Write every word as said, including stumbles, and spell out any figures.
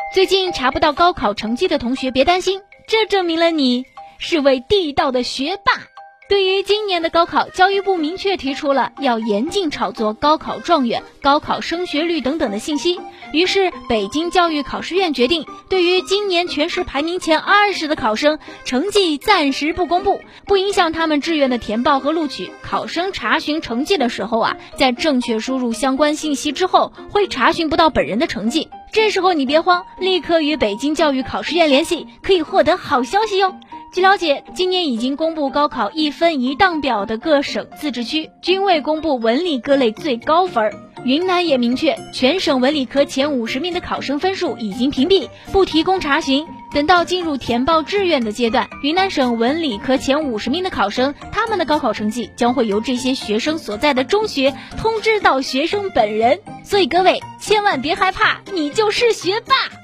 最近查不到高考成绩的同学别担心，这证明了你是位地道的学霸。对于今年的高考，教育部明确提出了要严禁炒作高考状元、高考升学率等等的信息。于是北京教育考试院决定，对于今年全市排名前二十的考生，成绩暂时不公布，不影响他们志愿的填报和录取。考生查询成绩的时候啊，在正确输入相关信息之后，会查询不到本人的成绩。这时候你别慌，立刻与北京教育考试院联系，可以获得好消息哟。据了解，今年已经公布高考一分一档表的各省自治区均未公布文理各类最高分。云南也明确，全省文理科前五十名的考生分数已经屏蔽，不提供查询。等到进入填报志愿的阶段，云南省文理科前五十名的考生，他们的高考成绩将会由这些学生所在的中学通知到学生本人。所以各位千万别害怕，你就是学霸。